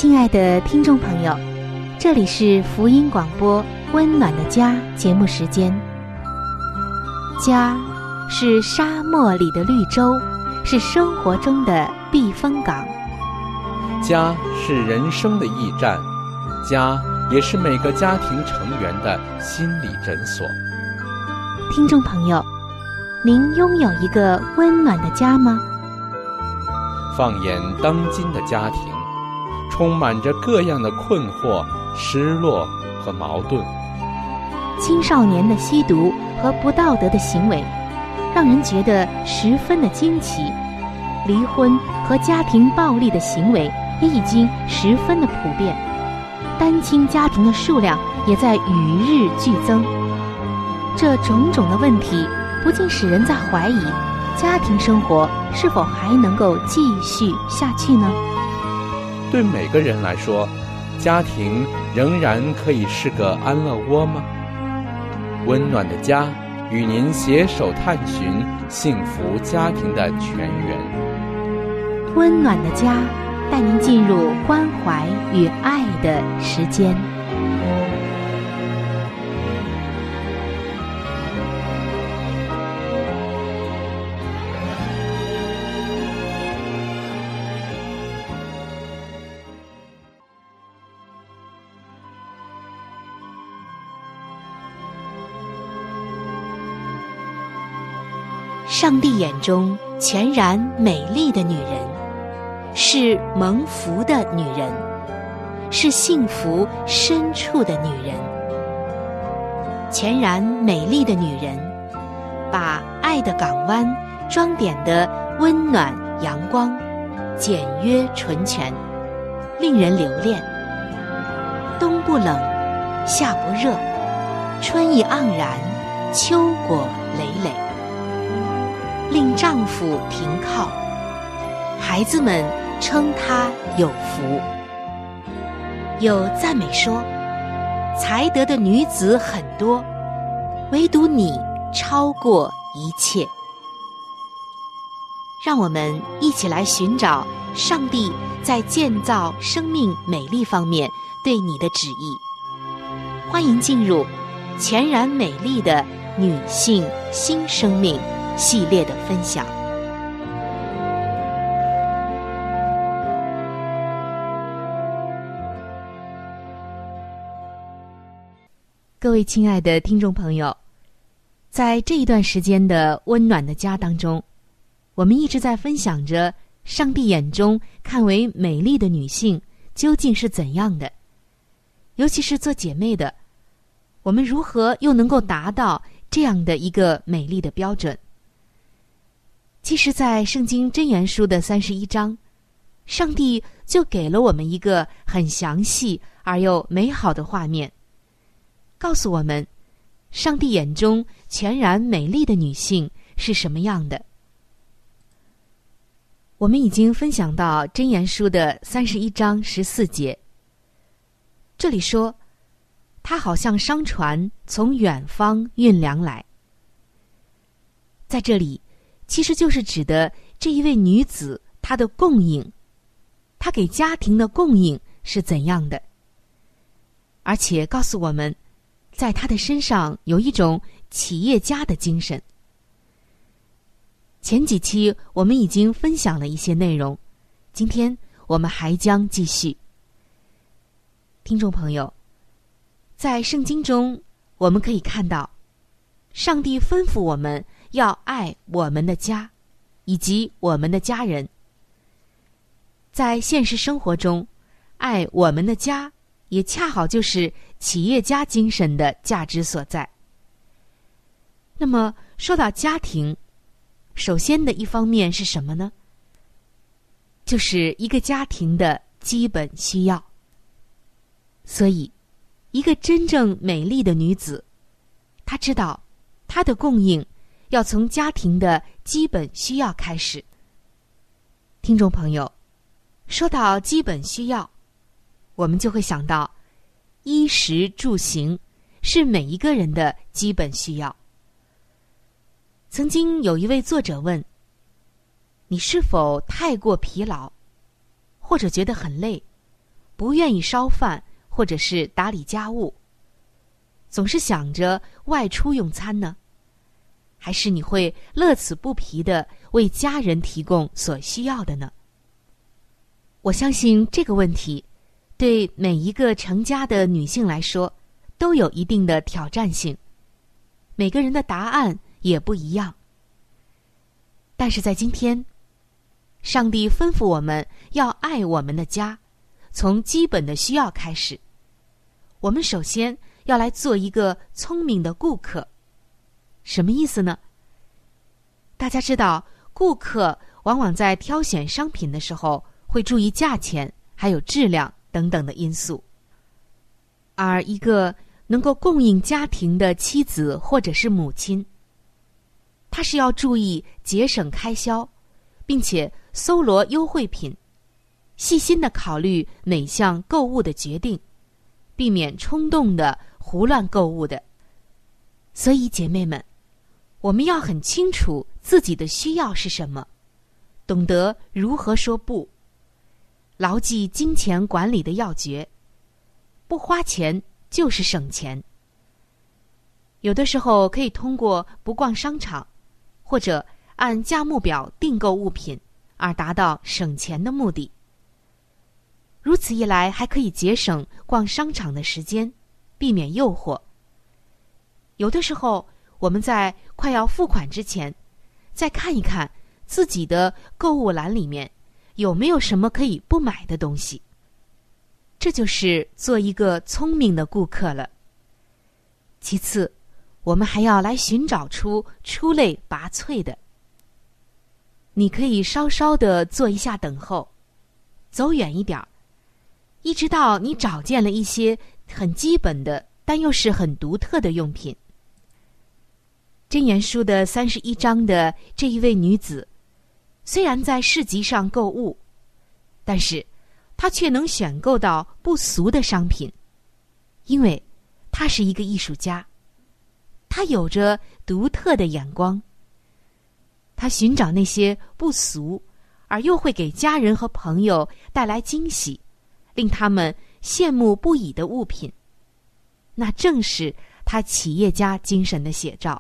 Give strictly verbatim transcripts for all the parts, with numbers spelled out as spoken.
亲爱的听众朋友，这里是福音广播温暖的家节目时间。家是沙漠里的绿洲，是生活中的避风港。 家是人生的驿站，家也是每个家庭成员的心理诊所。 听众朋友，您拥有一个温暖的家吗？ 放眼当今的家庭，充满着各样的困惑、失落和矛盾。 青少年的吸毒和不道德的行为，让人觉得十分的惊奇。离婚和家庭暴力的行为也已经十分的普遍，单亲家庭的数量也在与日俱增。这种种的问题，不禁使人在怀疑，家庭生活是否还能够继续下去呢？ 对每个人来说，家庭仍然可以是个安乐窝吗？温暖的家与您携手探寻幸福家庭的泉源。 温暖的家带您进入关怀与爱的时间。上帝眼中全然美丽的女人，是蒙福的女人，是幸福深处的女人。全然美丽的女人，把爱的港湾装点得温暖阳光，简约纯全，令人留恋。冬不冷，夏不热，春意盎然，秋果累累，令丈夫停靠，孩子们称她有福。有赞美说，才德的女子很多，唯独你超过一切。让我们一起来寻找上帝在建造生命美丽方面对你的旨意。欢迎进入全然美丽的女性新生命系列的分享。各位亲爱的听众朋友，在这一段时间的温暖的家当中，我们一直在分享着上帝眼中看为美丽的女性究竟是怎样的，尤其是做姐妹的，我们如何又能够达到这样的一个美丽的标准。其实在圣经箴言书的三十一章，上帝就给了我们一个很详细而又美好的画面，告诉我们上帝眼中全然美丽的女性是什么样的。我们已经分享到箴言书的三十一章十四节，这里说，她好像商船从远方运粮来。在这里其实就是指的这一位女子她的供应，她给家庭的供应是怎样的，而且告诉我们在她的身上有一种企业家的精神。前几期我们已经分享了一些内容，今天我们还将继续。听众朋友，在圣经中我们可以看到，上帝吩咐我们要爱我们的家以及我们的家人。在现实生活中，爱我们的家也恰好就是企业家精神的价值所在。那么说到家庭，首先的一方面是什么呢？就是一个家庭的基本需要。所以一个真正美丽的女子，她知道她的供应要从家庭的基本需要开始。听众朋友，说到基本需要，我们就会想到衣食住行是每一个人的基本需要。曾经有一位作者问，你是否太过疲劳，或者觉得很累， 不愿意烧饭或者是打理家务，总是想着外出用餐呢？还是你会乐此不疲地为家人提供所需要的呢？我相信这个问题对每一个成家的女性来说都有一定的挑战性，每个人的答案也不一样。但是在今天，上帝吩咐我们要爱我们的家，从基本的需要开始。我们首先要来做一个聪明的顾客。什么意思呢？大家知道，顾客往往在挑选商品的时候会注意价钱还有质量等等的因素，而一个能够供应家庭的妻子或者是母亲，她是要注意节省开销，并且搜罗优惠品，细心地考虑每项购物的决定，避免冲动的胡乱购物的。所以姐妹们，我们要很清楚自己的需要是什么，懂得如何说不，牢记金钱管理的要诀，不花钱就是省钱。有的时候可以通过不逛商场，或者按价目表订购物品而达到省钱的目的。如此一来，还可以节省逛商场的时间，避免诱惑。有的时候，我们在快要付款之前，再看一看自己的购物篮里面有没有什么可以不买的东西。这就是做一个聪明的顾客了。其次，我们还要来寻找出出类拔萃的。你可以稍稍的做一下等候，走远一点，一直到你找见了一些很基本的但又是很独特的用品。箴言书的三十一章的这一位女子，虽然在市集上购物，但是她却能选购到不俗的商品，因为她是一个艺术家，她有着独特的眼光。她寻找那些不俗而又会给家人和朋友带来惊喜，令他们羡慕不已的物品，那正是她企业家精神的写照。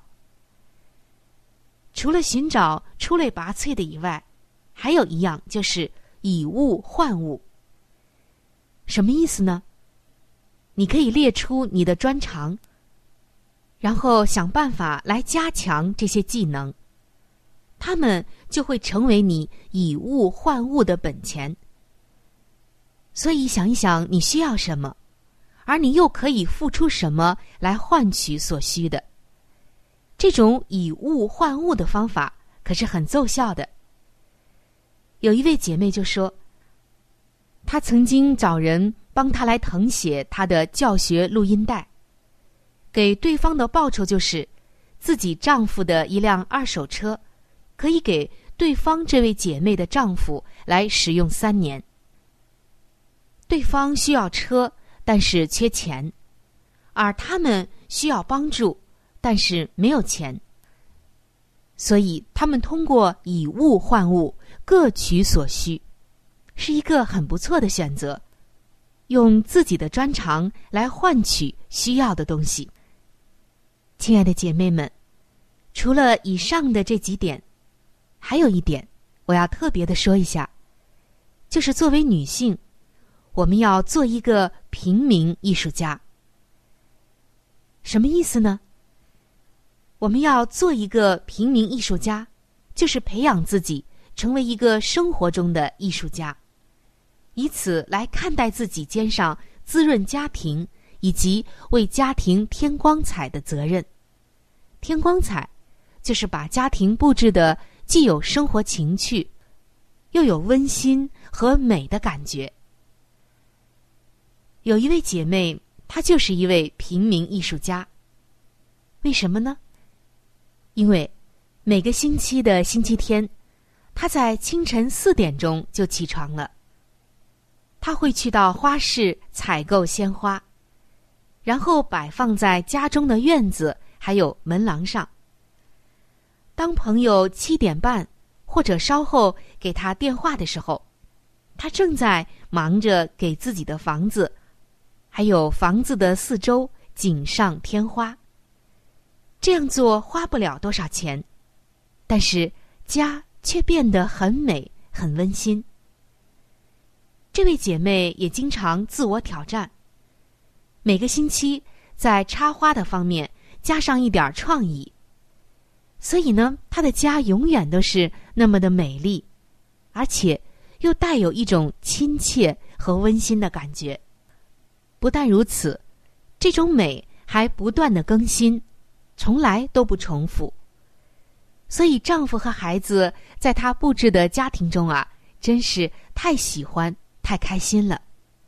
除了寻找出类拔萃的以外，还有一样就是以物换物。什么意思呢？你可以列出你的专长，然后想办法来加强这些技能，他们就会成为你以物换物的本钱。所以想一想你需要什么，而你又可以付出什么来换取所需的。这种以物换物的方法可是很奏效的。有一位姐妹就说，她曾经找人帮她来誊写她的教学录音带，给对方的报酬就是自己丈夫的一辆二手车，可以给对方这位姐妹的丈夫来使用三年。对方需要车，但是缺钱，而他们需要帮助，但是没有钱，所以他们通过以物换物，各取所需，是一个很不错的选择，用自己的专长来换取需要的东西。亲爱的姐妹们，除了以上的这几点，还有一点我要特别的说一下，就是作为女性，我们要做一个平民艺术家。什么意思呢？我们要做一个平民艺术家，就是培养自己成为一个生活中的艺术家，以此来看待自己肩上滋润家庭以及为家庭添光彩的责任。添光彩就是把家庭布置的既有生活情趣，又有温馨和美的感觉。有一位姐妹，她就是一位平民艺术家。为什么呢？因为每个星期的星期天，她在清晨四点钟就起床了。她会去到花市采购鲜花，然后摆放在家中的院子还有门廊上。当朋友七点半或者稍后给她电话的时候， 她正在忙着给自己的房子，还有房子的四周锦上添花。这样做花不了多少钱，但是家却变得很美很温馨。这位姐妹也经常自我挑战，每个星期在插花的方面加上一点创意，所以呢，她的家永远都是那么的美丽，而且又带有一种亲切和温馨的感觉。不但如此，这种美还不断的更新，从来都不重复。所以丈夫和孩子在她布置的家庭中啊，真是太喜欢太开心了。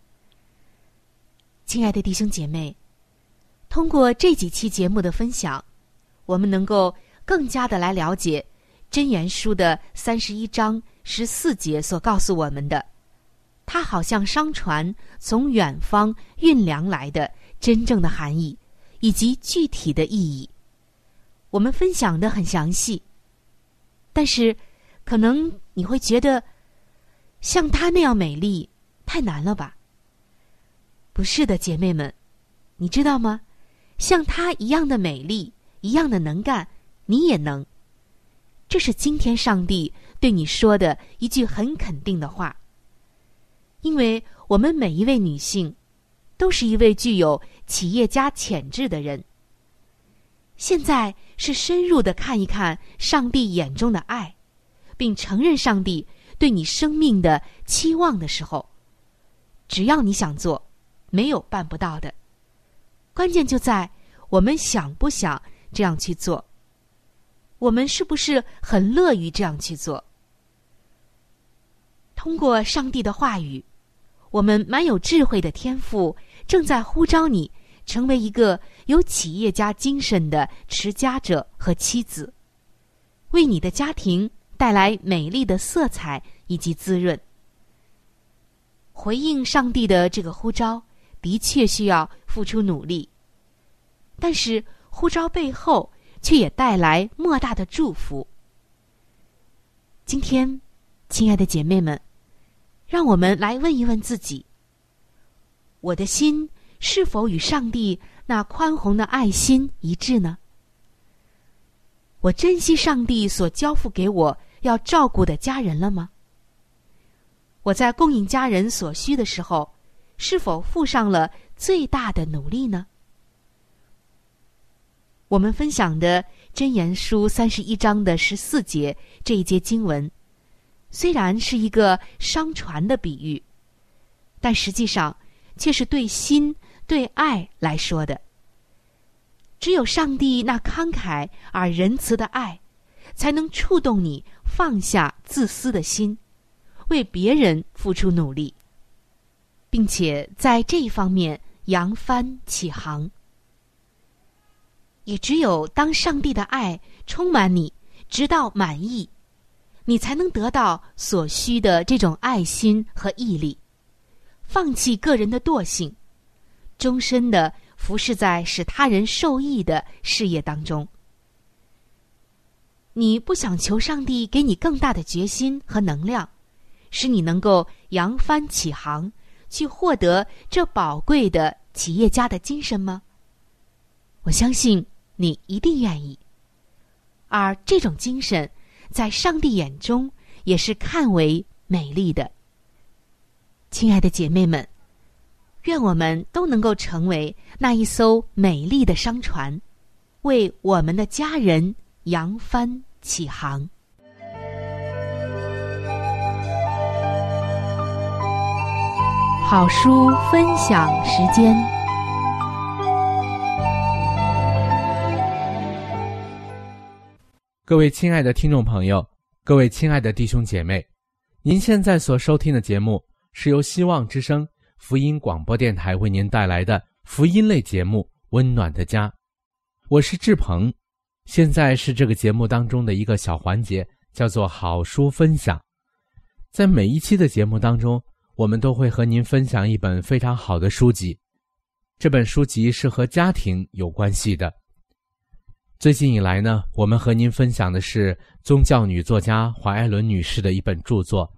亲爱的弟兄姐妹，通过这几期节目的分享，我们能够更加的来了解箴言书的三十一章十四节所告诉我们的，它好像商船从远方运粮来的真正的含义以及具体的意义。我们分享的很详细，但是可能你会觉得像她那样美丽太难了吧？不是的，姐妹们，你知道吗？像她一样的美丽，一样的能干，你也能。这是今天上帝对你说的一句很肯定的话。因为我们每一位女性都是一位具有企业家潜质的人。现在是深入的看一看上帝眼中的爱，并承认上帝对你生命的期望的时候。只要你想做，没有办不到的。关键就在我们想不想这样去做，我们是不是很乐于这样去做。通过上帝的话语，我们蛮有智慧的天父正在呼召你成为一个有企业家精神的持家者和妻子，为你的家庭带来美丽的色彩以及滋润。回应上帝的这个呼召的确需要付出努力，但是呼召背后却也带来莫大的祝福。今天，亲爱的姐妹们，让我们来问一问自己，我的心是否与上帝那宽宏的爱心一致呢？我珍惜上帝所交付给我要照顾的家人了吗？我在供应家人所需的时候，是否付上了最大的努力呢？我们分享的箴言书三十一章的十四节这一节经文，虽然是一个商船的比喻，但实际上却是对心对爱来说的。只有上帝那慷慨而仁慈的爱，才能触动你放下自私的心，为别人付出努力，并且在这一方面扬帆起航。也只有当上帝的爱充满你，直到满意，你才能得到所需的这种爱心和毅力，放弃个人的惰性，终身的服侍在使他人受益的事业当中。你不想求上帝给你更大的决心和能量，使你能够扬帆起航，去获得这宝贵的企业家的精神吗？我相信你一定愿意。而这种精神在上帝眼中也是看为美丽的。亲爱的姐妹们，愿我们都能够成为那一艘美丽的商船，为我们的家人扬帆起航。好书分享时间。 各位亲爱的听众朋友，各位亲爱的弟兄姐妹，您现在所收听的节目是由希望之声福音广播电台为您带来的福音类节目《温暖的家》，我是志鹏。现在是这个节目当中的一个小环节，叫做好书分享。在每一期的节目当中，我们都会和您分享一本非常好的书籍，这本书籍是和家庭有关系的。最近以来呢，我们和您分享的是宗教女作家华爱伦女士的一本著作，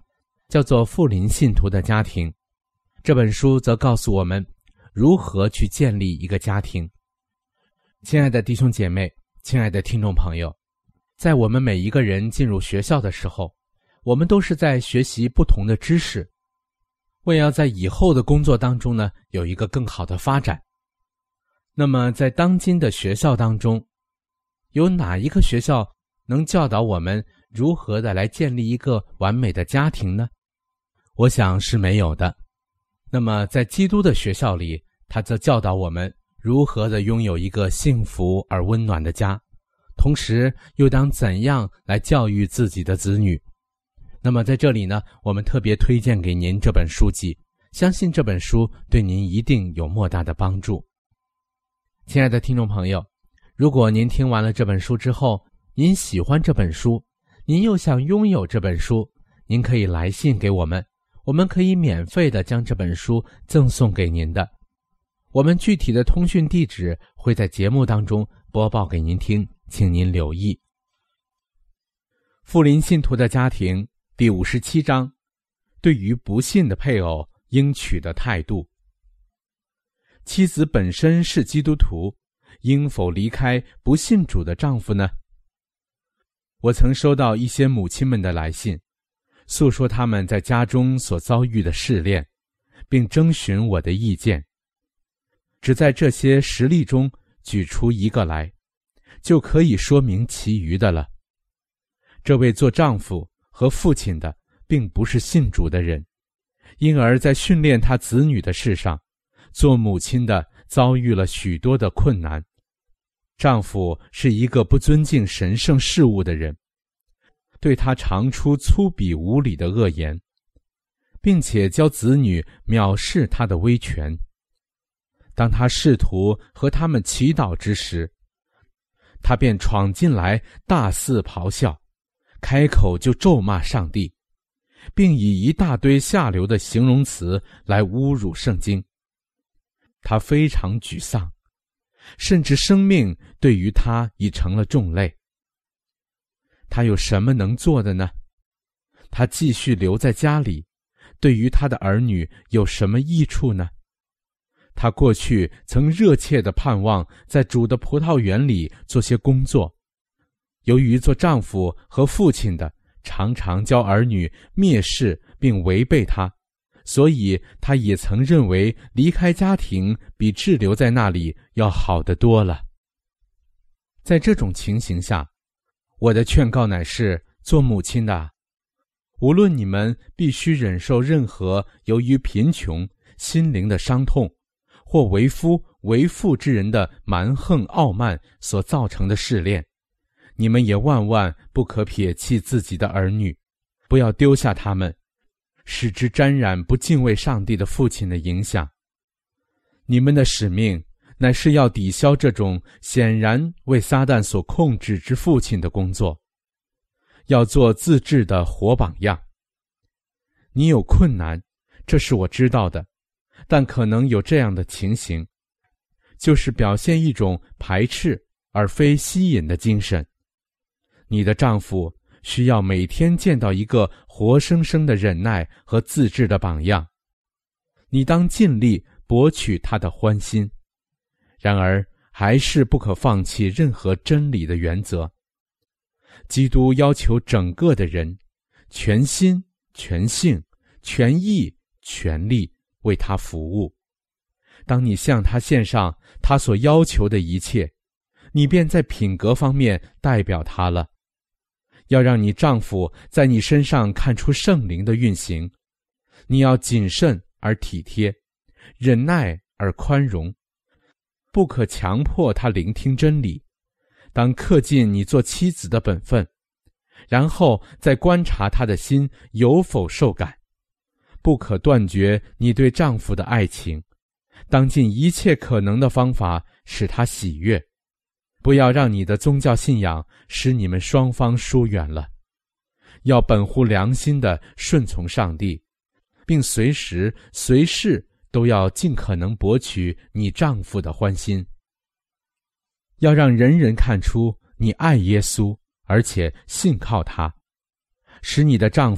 叫做《富林信徒的家庭》。这本书则告诉我们如何去建立一个家庭。亲爱的弟兄姐妹，亲爱的听众朋友，在我们每一个人进入学校的时候，我们都是在学习不同的知识，为要在以后的工作当中呢，有一个更好的发展。那么在当今的学校当中，有哪一个学校能教导我们如何的来建立一个完美的家庭呢？我想是没有的。那么在基督的学校里，他则教导我们如何的拥有一个幸福而温暖的家，同时又当怎样来教育自己的子女。那么在这里呢，我们特别推荐给您这本书籍，相信这本书对您一定有莫大的帮助。亲爱的听众朋友，如果您听完了这本书之后，您喜欢这本书，您又想拥有这本书，您可以来信给我们，我们可以免费的将这本书赠送给您的。我们具体的通讯地址会在节目当中播报给您听，请您留意。富林信徒的家庭第五十七章，对于不信的配偶应取的态度。妻子本身是基督徒，应否离开不信主的丈夫呢？我曾收到一些母亲们的来信，诉说他们在家中所遭遇的试炼，并征询我的意见。只在这些实例中举出一个来，就可以说明其余的了。这位做丈夫和父亲的并不是信主的人，因而在训练他子女的事上，做母亲的遭遇了许多的困难。丈夫是一个不尊敬神圣事物的人，对他常出粗鄙无礼的恶言，并且教子女藐视他的威权。当他试图和他们祈祷之时，他便闯进来大肆咆哮，开口就咒骂上帝，并以一大堆下流的形容词来侮辱圣经。他非常沮丧，甚至生命对于他已成了重累。他有什么能做的呢？他继续留在家里，对于他的儿女有什么益处呢？他过去曾热切地盼望在主的葡萄园里做些工作，由于做丈夫和父亲的常常教儿女蔑视并违背他，所以他也曾认为离开家庭比滞留在那里要好得多了。在这种情形下，我的劝告乃是，做母亲的，无论你们必须忍受任何由于贫穷、心灵的伤痛，或为夫为妇之人的蛮横傲慢所造成的试炼，你们也万万不可撇弃自己的儿女，不要丢下他们，使之沾染不敬畏上帝的父亲的影响。你们的使命乃是要抵消这种显然为撒旦所控制之父亲的工作，要做自制的活榜样。你有困难，这是我知道的，但可能有这样的情形，就是表现一种排斥而非吸引的精神。你的丈夫需要每天见到一个活生生的忍耐和自制的榜样，你当尽力博取他的欢心。然而还是不可放弃任何真理的原则。基督要求整个的人全心、全性、全意、全力为他服务。当你向他献上他所要求的一切，你便在品格方面代表他了。要让你丈夫在你身上看出圣灵的运行，你要谨慎而体贴，忍耐而宽容，不可强迫他聆听真理，当恪尽你做妻子的本分，然后再观察他的心有否受感。不可断绝你对丈夫的爱情，当尽一切可能的方法使他喜悦。不要让你的宗教信仰使你们双方疏远了，要本乎良心地顺从上帝，并随时随事都要尽可能博取你丈夫的欢心。要让人人看出你爱耶稣，而且信靠他，使你的丈夫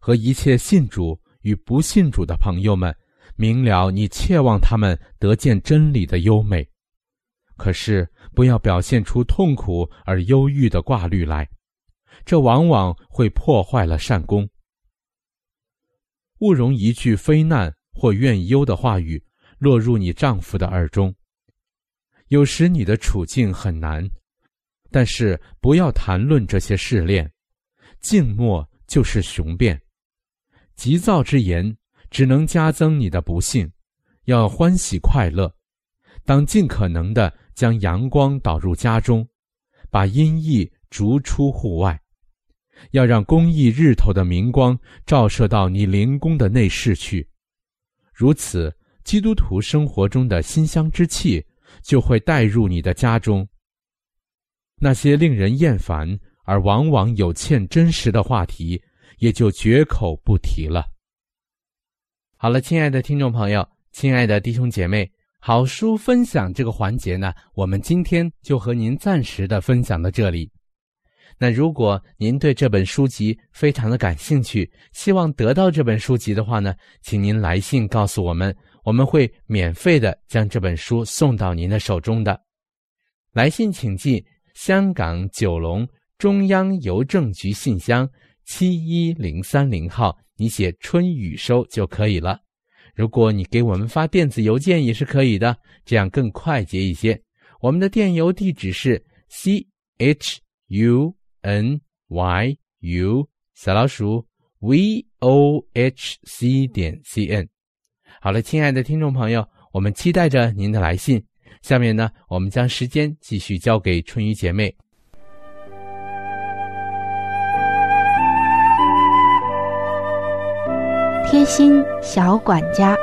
和一切信主与不信主的朋友们，明了你切望他们得见真理的优美。可是不要表现出痛苦而忧郁的挂虑来，这往往会破坏了善功。勿容一句非难或怨忧的话语落入你丈夫的耳中。有时你的处境很难，但是不要谈论这些试炼，静默就是雄辩。急躁之言只能加增你的不幸，要欢喜快乐。当尽可能地将阳光导入家中，把阴翳逐出户外，要让公义日头的明光照射到你灵宫的内室去。如此，基督徒生活中的馨香之气就会带入你的家中。那些令人厌烦而往往有欠真实的话题，也就绝口不提了。好了，亲爱的听众朋友，亲爱的弟兄姐妹，好书分享这个环节呢，我们今天就和您暂时的分享到这里。那如果您对这本书籍非常的感兴趣，希望得到这本书籍的话呢，请您来信告诉我们，我们会免费的将这本书送到您的手中的。来信请寄香港九龙中央邮政局信箱七一零三零号，你写春雨收就可以了。如果你给我们发电子邮件也是可以的，这样更快捷一些。我们的电邮地址是 c h u n y u 小老鼠 v o h c 点 c n。 好了，亲爱的听众朋友，我们期待着您的来信。下面呢，我们将时间继续交给春雨姐妹。 贴心小管家。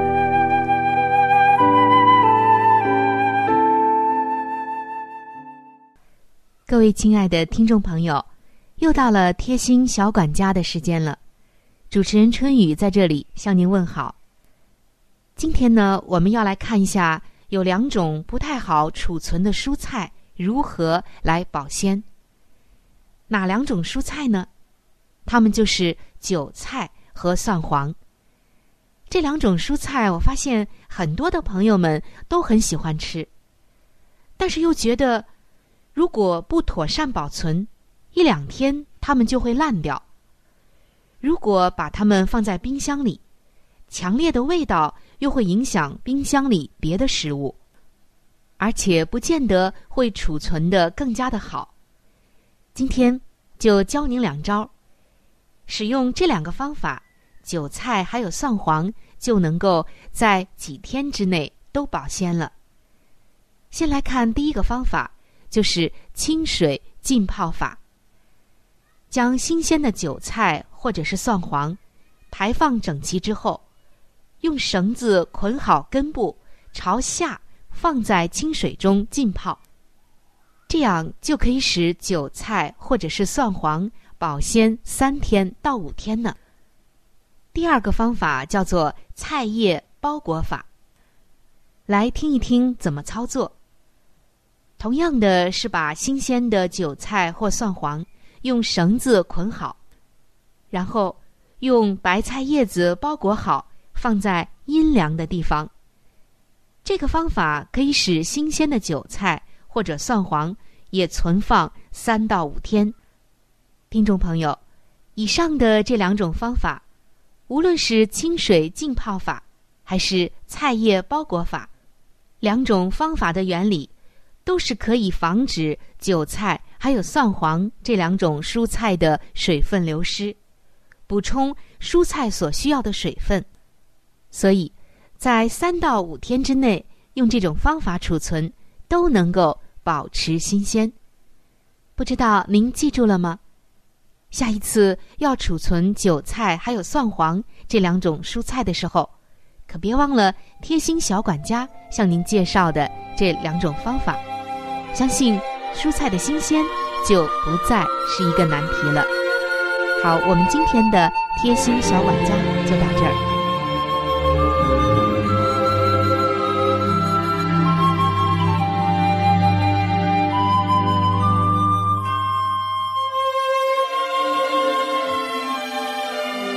各位亲爱的听众朋友，又到了贴心小管家的时间了。主持人春雨在这里向您问好。今天呢，我们要来看一下有两种不太好储存的蔬菜如何来保鲜。哪两种蔬菜呢？它们就是韭菜和蒜黄。这两种蔬菜我发现很多的朋友们都很喜欢吃，但是又觉得如果不妥善保存，一两天它们就会烂掉。如果把它们放在冰箱里，强烈的味道又会影响冰箱里别的食物，而且不见得会储存得更加的好。今天就教您两招，使用这两个方法，韭菜还有蒜黄就能够在几天之内都保鲜了。先来看第一个方法，就是清水浸泡法。将新鲜的韭菜或者是蒜黄排放整齐之后，用绳子捆好根部，朝下放在清水中浸泡，这样就可以使韭菜或者是蒜黄保鲜三天到五天呢。第二个方法叫做菜叶包裹法，来听一听怎么操作。同样的是把新鲜的韭菜或蒜黄用绳子捆好，然后用白菜叶子包裹好，放在阴凉的地方。这个方法可以使新鲜的韭菜或者蒜黄也存放三到五天。听众朋友，以上的这两种方法，无论是清水浸泡法还是菜叶包裹法，两种方法的原理都是可以防止韭菜还有蒜黄这两种蔬菜的水分流失，补充蔬菜所需要的水分。所以在三到五天之内用这种方法储存，都能够保持新鲜。不知道您记住了吗？下一次要储存韭菜还有蒜黄这两种蔬菜的时候，可别忘了贴心小管家向您介绍的这两种方法，相信蔬菜的新鲜就不再是一个难题了。好，我们今天的贴心小管家就到这儿。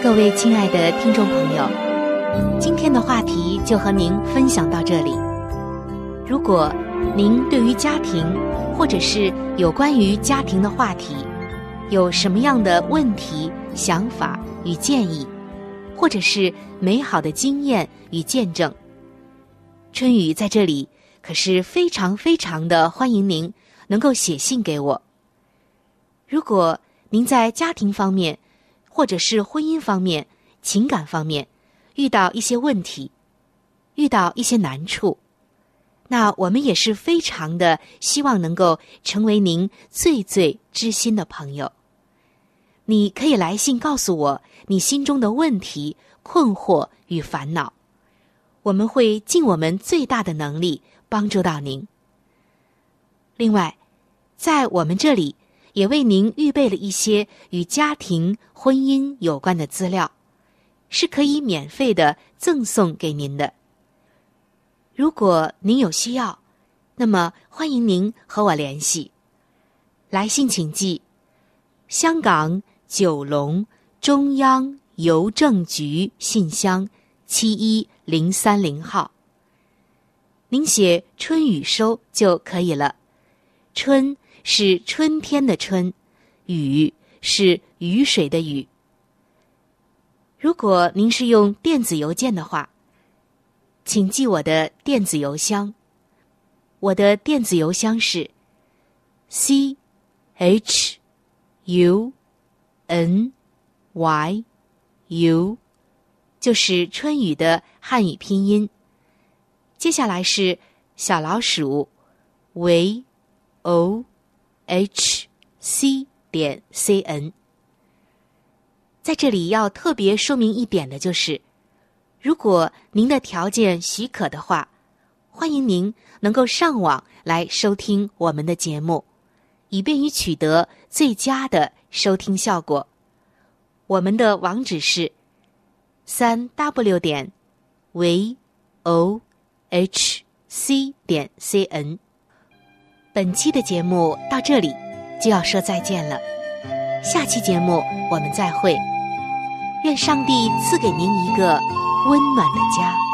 各位亲爱的听众朋友，今天的话题就和您分享到这里。如果您对于家庭或者是有关于家庭的话题有什么样的问题、想法与建议，或者是美好的经验与见证，春雨在这里可是非常非常的欢迎您能够写信给我。如果您在家庭方面或者是婚姻方面、情感方面遇到一些问题，遇到一些难处，那我们也是非常的希望能够成为您最最知心的朋友。你可以来信告诉我你心中的问题、困惑与烦恼，我们会尽我们最大的能力帮助到您。另外，在我们这里也为您预备了一些与家庭、婚姻有关的资料，是可以免费的赠送给您的。如果您有需要，那么欢迎您和我联系。来信请寄香港九龙中央邮政局信箱七一零三零号。您写春雨收就可以了。春是春天的春，雨是雨水的雨。如果您是用电子邮件的话，请记我的电子邮箱。我的电子邮箱是 c h u n y u， 就是春雨的汉语拼音。接下来是小老鼠 v o h c 点 c n。 在这里要特别说明一点的就是，如果您的条件许可的话，欢迎您能够上网来收听我们的节目，以便于取得最佳的收听效果。我们的网址是 三 w 点 v o h c 点 c n。 本期的节目到这里就要说再见了，下期节目我们再会。愿上帝赐给您一个温暖的家。